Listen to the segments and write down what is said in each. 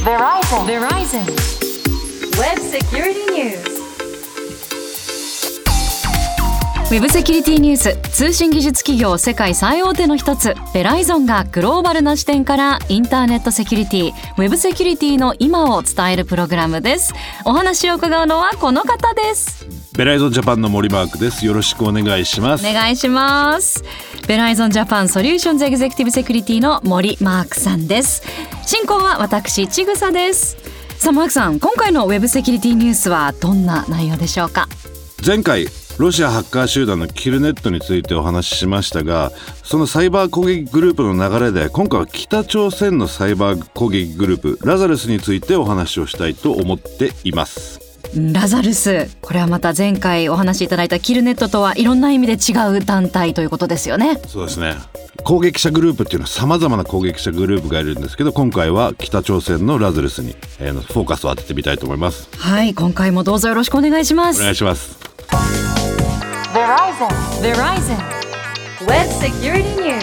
Verizon Web Security News。 ウェブセキュリティニュース、通信技術企業世界最大手の一つベライゾンがグローバルな視点からインターネットセキュリティ、ウェブセキュリティの今を伝えるプログラムです。お話を伺うのはこの方です。 ベライゾンジャパンの森マークです。よろしくお願いします。 お願いします。ベライゾンジャパンソリューションズエグゼクティブセキュリティの森マークさんです。進行は私ちぐさです。さあマークさん、今回のウェブセキュリティニュースはどんな内容でしょうか。 前回ロシアハッカー集団のキルネットについてお話ししましたが、そのサイバー攻撃グループの流れで今回は北朝鮮のサイバー攻撃グループラザルスについてお話をしたいと思っています。 ラザルス、これはまた前回お話しいただいたキルネットとはいろんな意味で違う団体ということですよね。 そうですね。攻撃者グループっていうのは様々な攻撃者グループがいるんですけど、今回は北朝鮮のラザルスに、フォーカスを当ててみたいと思います。 はい、今回もどうぞよろしくお願いします。 お願いします。 Verizon Web Security News。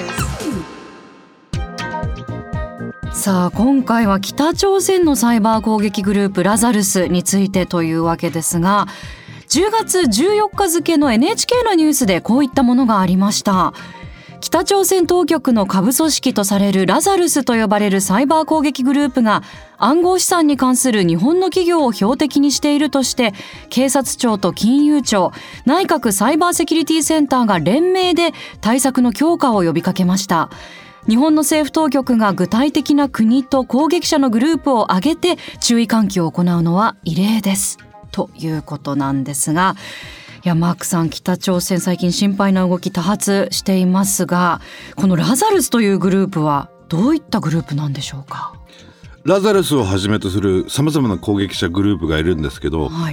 さあ今回は北朝鮮のサイバー攻撃グループラザルスについてというわけですが、10月14日付の NHK のニュースでこういったものがありました。北朝鮮当局の下部組織とされるラザルスと呼ばれるサイバー攻撃グループが暗号資産に関する日本の企業を標的にしているとして、警察庁と金融庁、内閣サイバーセキュリティセンターが連名で対策の強化を呼びかけました。日本の政府当局が具体的な国と攻撃者のグループを挙げて注意喚起を行うのは異例ですということなんですが、いやマークさん、北朝鮮最近心配な動き多発していますが、このラザルスというグループはどういったグループなんでしょうか。 ラザルスをはじめとする様々な攻撃者グループがいるんですけど、 はい、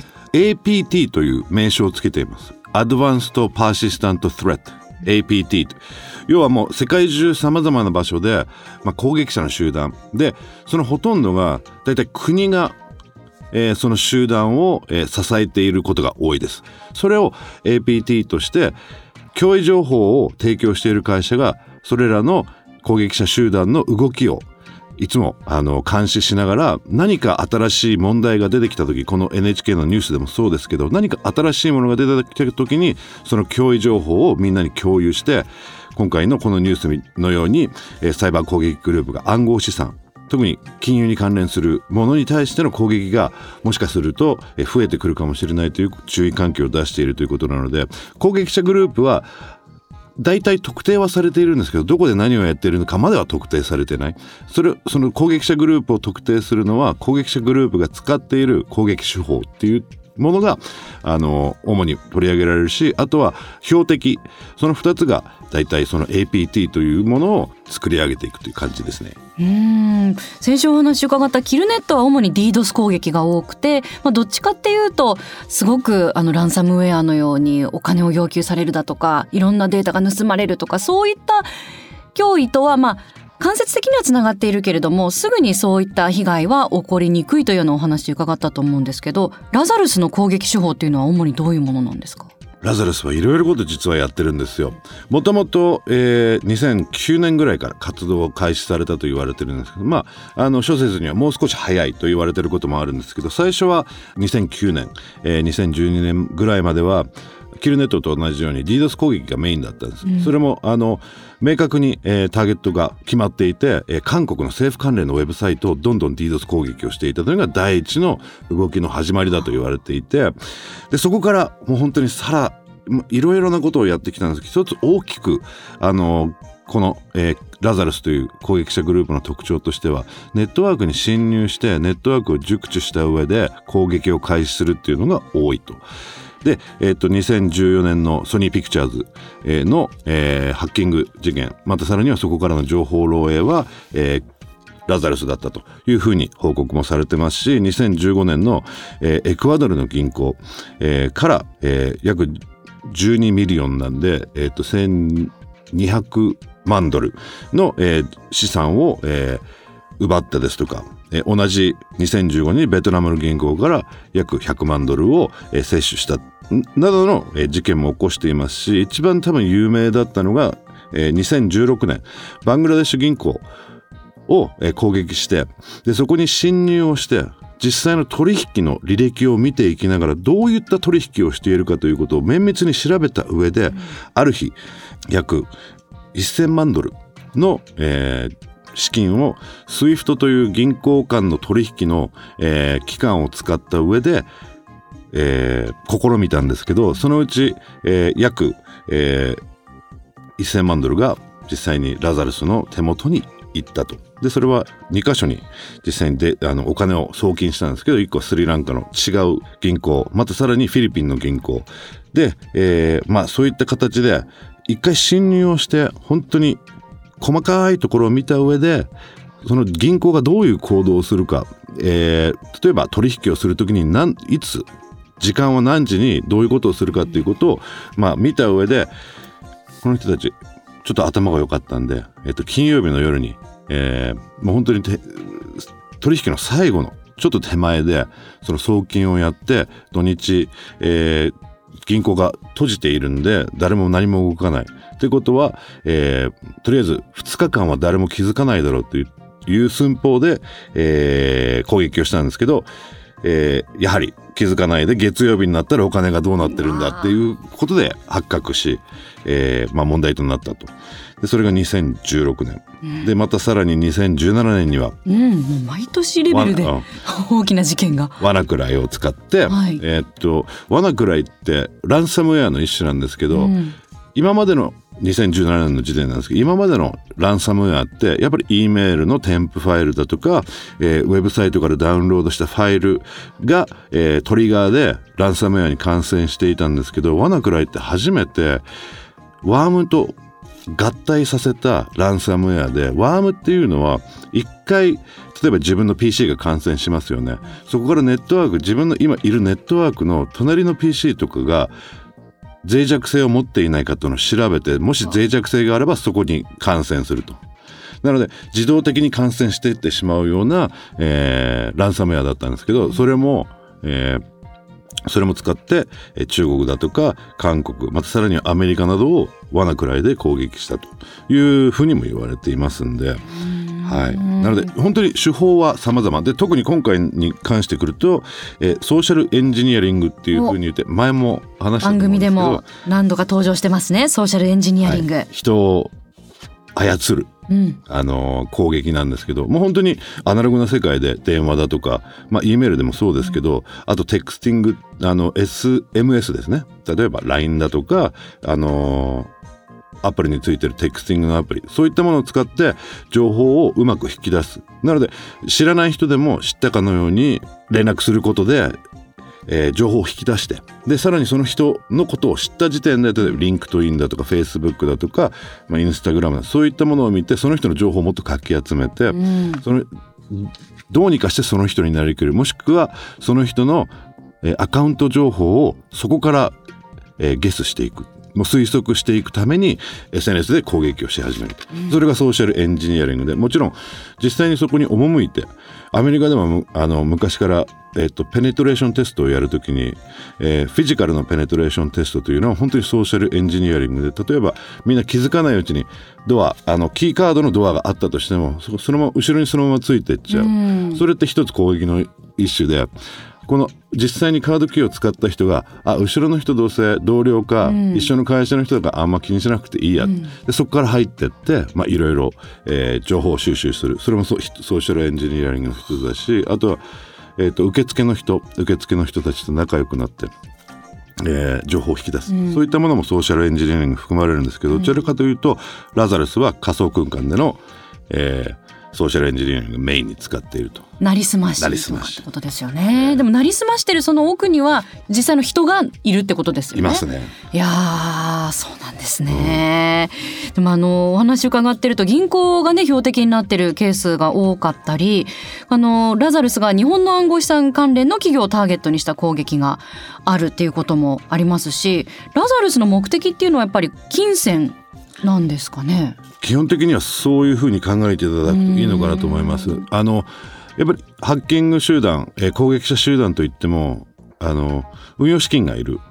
APT という名称をつけています。Advanced Persistent Threat APT と、要はもう世界中様々な場所で、攻撃者の集団で、そのほとんどがだいたい国がその集団を支えていることが多いです。それを APT として脅威情報を提供している会社がそれらの攻撃者集団の動きをいつも監視しながら、何か新しい問題が出てきた時、この NHK のニュースでもそうですけど、何か新しいものが出てきた時にその脅威情報をみんなに共有して、今回のこのニュースのようにサイバー攻撃グループが暗号資産、特に金融に関連するものに対しての攻撃がもしかすると増えてくるかもしれないという注意喚起を出しているということなので、攻撃者グループは大体特定はされているんですけど、どこで何をやっているのかまでは特定されてない。その攻撃者グループを特定するのは、攻撃者グループが使っている攻撃手法っていうものが主に取り上げられるし、あとは標的、その2つが大体その APT というものを作り上げていくという感じですね。 先週お話伺ったキルネットは主に DDoS 攻撃が多くて、どっちかっていうとすごくランサムウェアのようにお金を要求されるだとか、いろんなデータが盗まれるとか、そういった脅威とは間接的にはつながっているけれども、すぐにそういった被害は起こりにくいというようなお話伺ったと思うんですけど、ラザルスの攻撃手法っていうのは主にどういうものなんですか。 ラザルスはいろいろこと実はやってるんですよ。もともと2009年ぐらいから活動を開始されたと言われてるんですけど、諸説にはもう少し早いと言われてることもあるんですけど、最初は2009年、2012年ぐらいまではキルネットと同じように DDoS 攻撃がメインだったんです。それも明確に、ターゲットが決まっていて、韓国の政府関連のウェブサイトをどんどん DDoS 攻撃をしていたというのが第一の動きの始まりだと言われていて、でそこからもう本当にいろいろなことをやってきたんですけど、一つ大きくこの、ラザルスという攻撃者グループの特徴としては、ネットワークに侵入してネットワークを熟知した上で攻撃を開始するっていうのが多いと。で、2014年のソニーピクチャーズのハッキング事件、またさらにはそこからの情報漏洩はラザルスだったというふうに報告もされてますし、2015年のエクアドルの銀行から約12ミリオンなんで1200万ドルの資産を奪ったですとか、同じ2015年にベトナムの銀行から約100万ドルを摂取したなどの事件も起こしていますし、一番多分有名だったのが2016年バングラデシュ銀行を攻撃して、でそこに侵入をして実際の取引の履歴を見ていきながらどういった取引をしているかということを綿密に調べた上で、ある日約1000万ドルの、資金を SWIFT という銀行間の取引の、機関を使った上で、試みたんですけど、そのうち、約、1000万ドルが実際にラザルスの手元に行ったと。でそれは2カ所に実際にお金を送金したんですけど、1個はスリランカの違う銀行、またさらにフィリピンの銀行で、そういった形で一回侵入をして本当に細かいところを見た上で、その銀行がどういう行動をするか、例えば取引をするときにいつ時間は何時にどういうことをするかっていうことを、見た上で、この人たちちょっと頭が良かったんで、金曜日の夜に、もう本当に取引の最後のちょっと手前でその送金をやって、土日、銀行が閉じているんで誰も何も動かないってことは、とりあえず2日間は誰も気づかないだろうという寸法で、攻撃をしたんですけど、やはり気づかないで月曜日になったらお金がどうなってるんだっていうことで発覚し、問題となったと。でそれが2016年、でまたさらに2017年には、 もう毎年レベルで大きな事件がワナクライを使って、ワナクライってランサムウェアの一種なんですけど、今までの2017年の時点なんですけど、今までのランサムウェアってやっぱり E メールの添付ファイルだとか、ウェブサイトからダウンロードしたファイルが、トリガーでランサムウェアに感染していたんですけど、ワナクライって初めてワームと合体させたランサムウェアで、ワームっていうのは一回例えば自分の PC が感染しますよね。そこからネットワーク、自分の今いるネットワークの隣の PC とかが脆弱性を持っていないかというのを調べて、もし脆弱性があればそこに感染すると。なので自動的に感染していってしまうような、ランサムウェアだったんですけど、それも使って中国だとか韓国、またさらにアメリカなどをワナクライで攻撃したというふうにも言われていますんで、なので本当に手法は様々で、特に今回に関してくると、ソーシャルエンジニアリングっていうふうに言って、前も話したと思うんですけど、 番組でも何度か登場してますね、ソーシャルエンジニアリング、 人を操る、攻撃なんですけど、もう本当にアナログな世界で電話だとか、E メールでもそうですけど、あとテクスティング、SMS ですね。例えば LINE だとか、アプリについてるテクスティングのアプリ、そういったものを使って情報をうまく引き出す。なので知らない人でも知ったかのように連絡することで、情報を引き出して、でさらにその人のことを知った時点で、例えばリンクトインだとかフェイスブックだとか、インスタグラムだ、そういったものを見て、その人の情報をもっとかき集めて、どうにかしてその人になりきる、もしくはその人の、アカウント情報をそこから、ゲスしていく、もう推測していくために SNS で攻撃をし始めると、それがソーシャルエンジニアリングで、もちろん実際にそこに赴いて、アメリカでも昔から、ペネトレーションテストをやるときに、フィジカルのペネトレーションテストというのは本当にソーシャルエンジニアリングで、例えばみんな気づかないうちにドア、キーカードのドアがあったとしても、そのまま後ろにそのままついていっちゃう、それって一つ攻撃の一種で、この実際にカードキーを使った人が、後ろの人どうせ同僚か、一緒の会社の人だからあんま気にしなくていいや、でそこから入ってって、いろいろ、情報を収集する、それもソーシャルエンジニアリングの一つだし、あとは、受付の人たちと仲良くなって、情報を引き出す、そういったものもソーシャルエンジニアリング含まれるんですけど、どちらかというとラザルスは仮想空間での、ソーシャルエンジニアリングメインに使っていると。 なりすましってことですよね。でもなりすましてるその奥には実際の人がいるってことですよね。 いますね。 いやそうなんですね、でもお話伺ってると、銀行がね標的になってるケースが多かったり、ラザルスが日本の暗号資産関連の企業をターゲットにした攻撃があるっていうこともありますし、ラザルスの目的っていうのはやっぱり金銭なんですかね。 基本的にはそういうふうに考えていただくといいのかなと思います。やっぱりハッキング集団、攻撃者集団といっても運用資金がいる、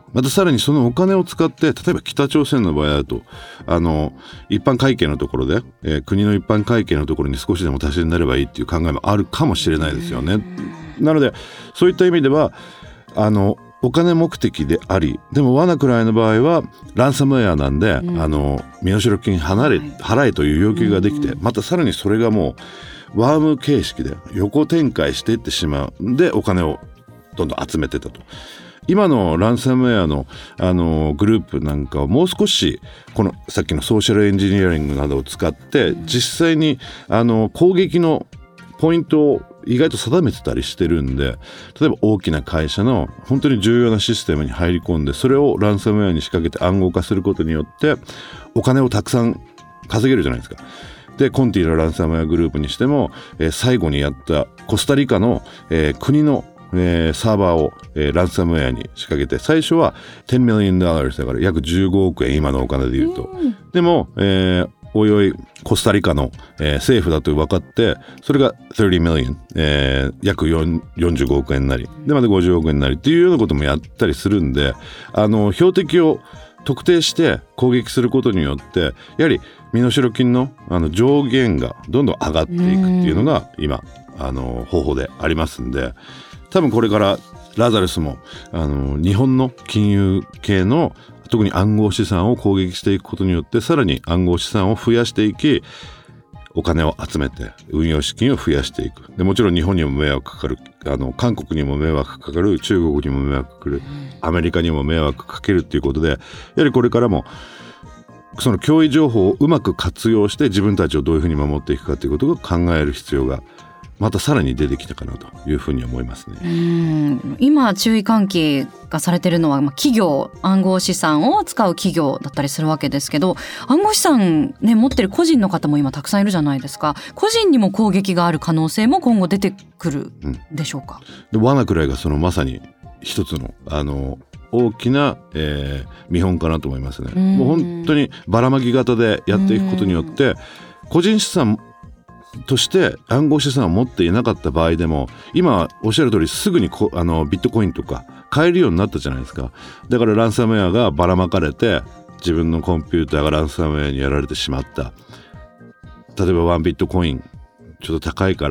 またさらにそのお金を使って例えば北朝鮮の場合だと一般会計のところで、国の一般会計のところに少しでも足しになればいいっていう考えもあるかもしれないですよね。なのでそういった意味ではお金目的であり、でもワナクライの場合はランサムウェアなんで、身代金払えという要求ができて、またさらにそれがもうワーム形式で横展開していってしまうんで、お金をどんどん集めてたと。今のランサムウェアの、グループなんかをもう少しこのさっきのソーシャルエンジニアリングなどを使って実際に攻撃のポイントを意外と定めてたりしてるんで、例えば大きな会社の本当に重要なシステムに入り込んで、それをランサムウェアに仕掛けて暗号化することによってお金をたくさん稼げるじゃないですか。でコンティのランサムウェアグループにしても、最後にやったコスタリカの、国のサーバーを、ランサムウェアに仕掛けて、最初は$10 millionだから約15億円、今のお金で言うと。でも、おいおいコスタリカの、政府だと分かって、それが30 million、約45億円なりでまた50億円なりっていうようなこともやったりするんで、標的を特定して攻撃することによってやはり身代金の、上限がどんどん上がっていくっていうのが今方法でありますんで、多分これからラザルスも日本の金融系の特に暗号資産を攻撃していくことによってさらに暗号資産を増やしていき、お金を集めて運用資金を増やしていく。でもちろん日本にも迷惑かかる、韓国にも迷惑かかる、中国にも迷惑かかる、アメリカにも迷惑かけるっていうことで、やはりこれからもその脅威情報をうまく活用して自分たちをどういうふうに守っていくかということを考える必要がまたさらに出てきたかなというふうに思いますね。 今注意喚起がされているのは、企業、暗号資産を使う企業だったりするわけですけど、暗号資産、持ってる個人の方も今たくさんいるじゃないですか。個人にも攻撃がある可能性も今後出てくるでしょうか。 でワナクライがそのまさに一つの大きな、見本かなと思いますね。もう本当にばらまき型でやっていくことによって個人資産として暗号資産を持っていなかった場合でも今おっしゃる通りすぐにビットコインとか買えるようになったじゃないですか。だからランサムウェアがばらまかれて自分のコンピューターがランサムウェアにやられてしまった。例えば1ビットコインちょっと高いから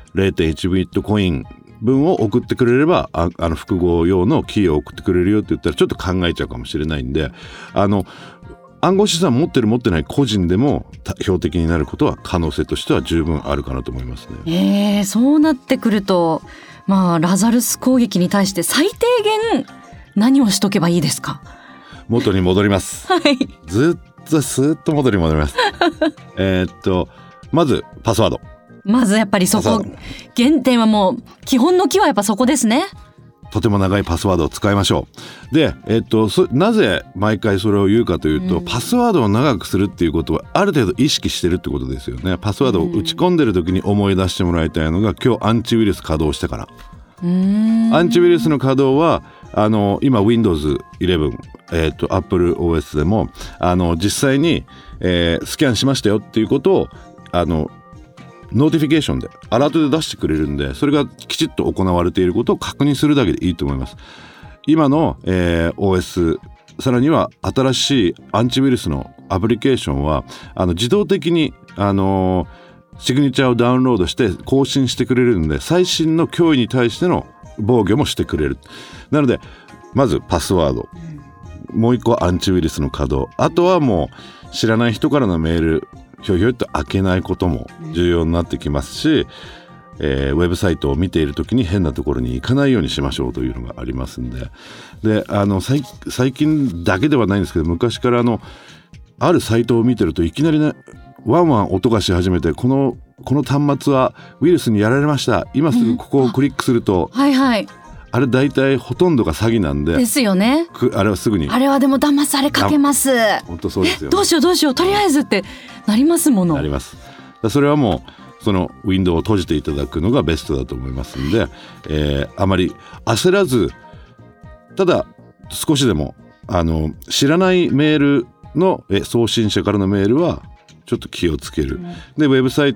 0.1 ビットコイン分を送ってくれれば複合用のキーを送ってくれるよって言ったらちょっと考えちゃうかもしれないんで、暗号資産持ってる持ってない個人でも標的になることは可能性としては十分あるかなと思いますね。 そうなってくると、ラザルス攻撃に対して最低限何をしとけばいいですか。 元に戻ります、はい、ずっと元に戻りますまずパスワード、 まずやっぱりそこ原点はもう基本の木はやっぱそこですね。 とても長いパスワードを使いましょう。で、なぜ毎回それを言うかというと、パスワードを長くするっていうことはある程度意識してるってことですよね。パスワードを打ち込んでる時に思い出してもらいたいのが、今日アンチウイルス稼働してから。アンチウイルスの稼働は今 Windows 11、Apple OS でも実際に、スキャンしましたよっていうことをノーティフィケーションでアラートで出してくれるんで、それがきちっと行われていることを確認するだけでいいと思います。今の、OS さらには新しいアンチウイルスのアプリケーションは自動的にシグニチャーをダウンロードして更新してくれるんで、最新の脅威に対しての防御もしてくれる。なのでまずパスワード、もう一個はアンチウイルスの稼働、あとはもう知らない人からのメールひょいひょいと開けないことも重要になってきますし、ウェブサイトを見ているときに変なところに行かないようにしましょうというのがありますんで、最近だけではないんですけど、昔からあるサイトを見てるといきなりね、ワンワン音がし始めて、この端末はウイルスにやられました、今すぐここをクリックすると、あれ大体ほとんどが詐欺なんでですよね。 あれはすぐに、 あれはでも騙されかけます。 本当そうですよね。 どうしようとりあえずってなりますもの。 なります。それはもうそのウィンドウを閉じていただくのがベストだと思いますので、あまり焦らず、ただ少しでも知らないメールの送信者からのメールはちょっと気をつける。でウェブサイトは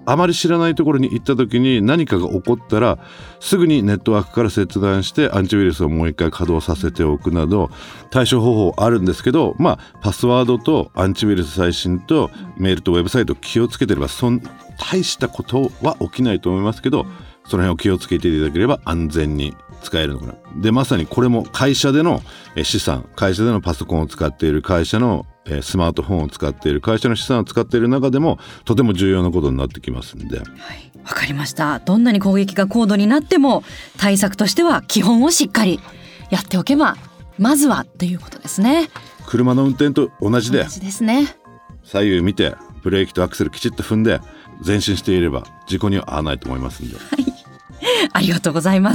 あまり知らないところに行った時に何かが起こったらすぐにネットワークから切断してアンチウイルスをもう一回稼働させておくなど対処方法あるんですけど、パスワードとアンチウイルス最新とメールとウェブサイト気をつけてれば大したことは起きないと思いますけど、その辺を気をつけていただければ安全に使えるのかな。でまさにこれも会社での資産、会社でのパソコンを使っている会社のスマートフォンを使っている会社の資産を使っている中でもとても重要なことになってきますんで。 わかりました。どんなに攻撃が高度になっても対策としては基本をしっかりやっておけばまずはということですね。 車の運転と同じで、 同じですね。 左右見てブレーキとアクセルきちっと踏んで前進していれば事故には合わないと思いますんで。 ありがとうございます。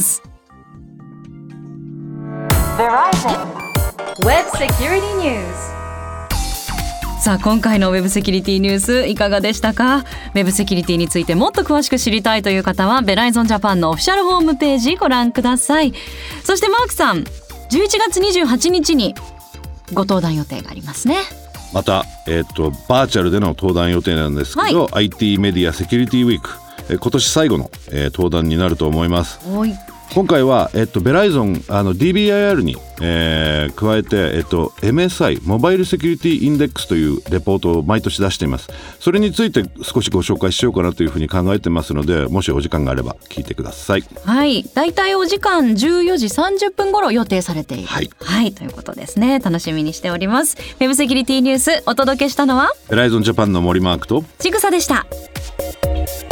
Verizon Web Security News。 さあ今回のウェブセキュリティニュースいかがでしたか。ウェブセキュリティについてもっと詳しく知りたいという方はベライゾンジャパンのオフィシャルホームページご覧ください。そしてマークさん、11月28日にご登壇予定がありますね。 また、バーチャルでの登壇予定なんですけど、IT メディアセキュリティウィーク、今年最後の、登壇になると思います。今回は、ベライゾンDBIR に、加えて、MSI モバイルセキュリティインデックスというレポートを毎年出しています。それについて少しご紹介しようかなというふうに考えてますので、もしお時間があれば聞いてください。 はい、だいたいお時間14時30分頃予定されている、はい、ということですね。楽しみにしております。ウェブセキュリティニュースお届けしたのはベライゾンジャパンの森マークとちぐさでした。